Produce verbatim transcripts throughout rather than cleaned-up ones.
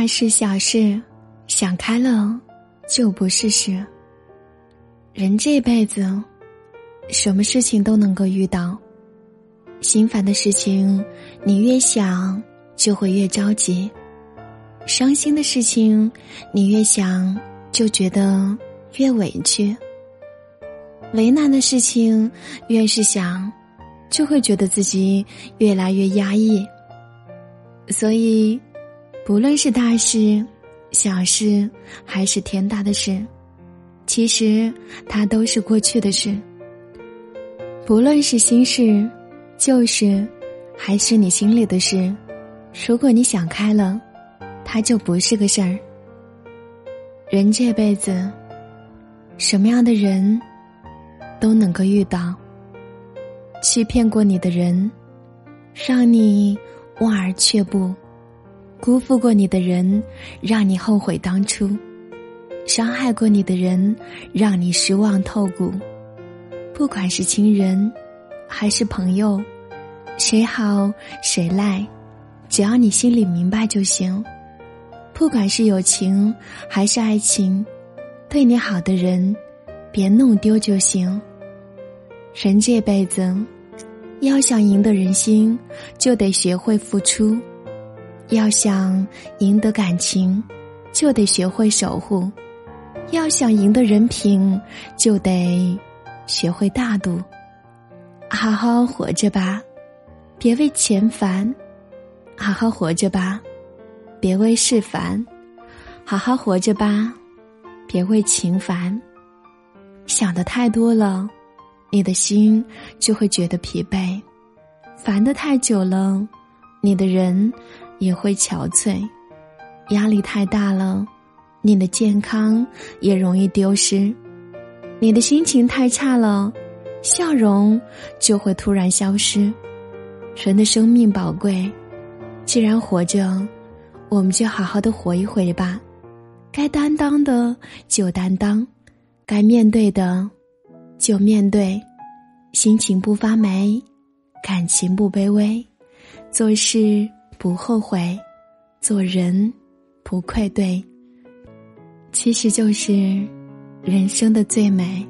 大事小事，想开了就不是事。人这辈子，什么事情都能够遇到。心烦的事情，你越想就会越着急；伤心的事情，你越想就觉得越委屈；为难的事情，越是想就会觉得自己越来越压抑。所以不论是大事小事还是天大的事，其实它都是过去的事。不论是心事旧事还是你心里的事，如果你想开了，它就不是个事儿。人这辈子，什么样的人都能够遇到。欺骗过你的人，让你望而却步；辜负过你的人，让你后悔当初；伤害过你的人，让你失望透骨。不管是亲人还是朋友，谁好谁赖，只要你心里明白就行。不管是友情还是爱情，对你好的人别弄丢就行。人这辈子，要想赢得人心，就得学会付出；要想赢得感情，就得学会守护；要想赢得人品，就得学会大度。好好活着吧，别为钱烦；好好活着吧，别为事烦；好好活着吧，别为情烦。想得太多了，你的心就会觉得疲惫；烦得太久了，你的人也会憔悴；压力太大了，你的健康也容易丢失；你的心情太差了，笑容就会突然消失。人的生命宝贵，既然活着，我们就好好的活一回吧。该担当的就担当，该面对的就面对。心情不发霉，感情不卑微，做事不后悔，做人不愧对，其实就是人生的最美。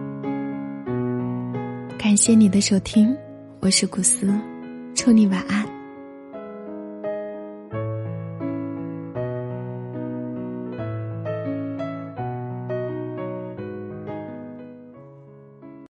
感谢你的收听，我是古斯，祝你晚安。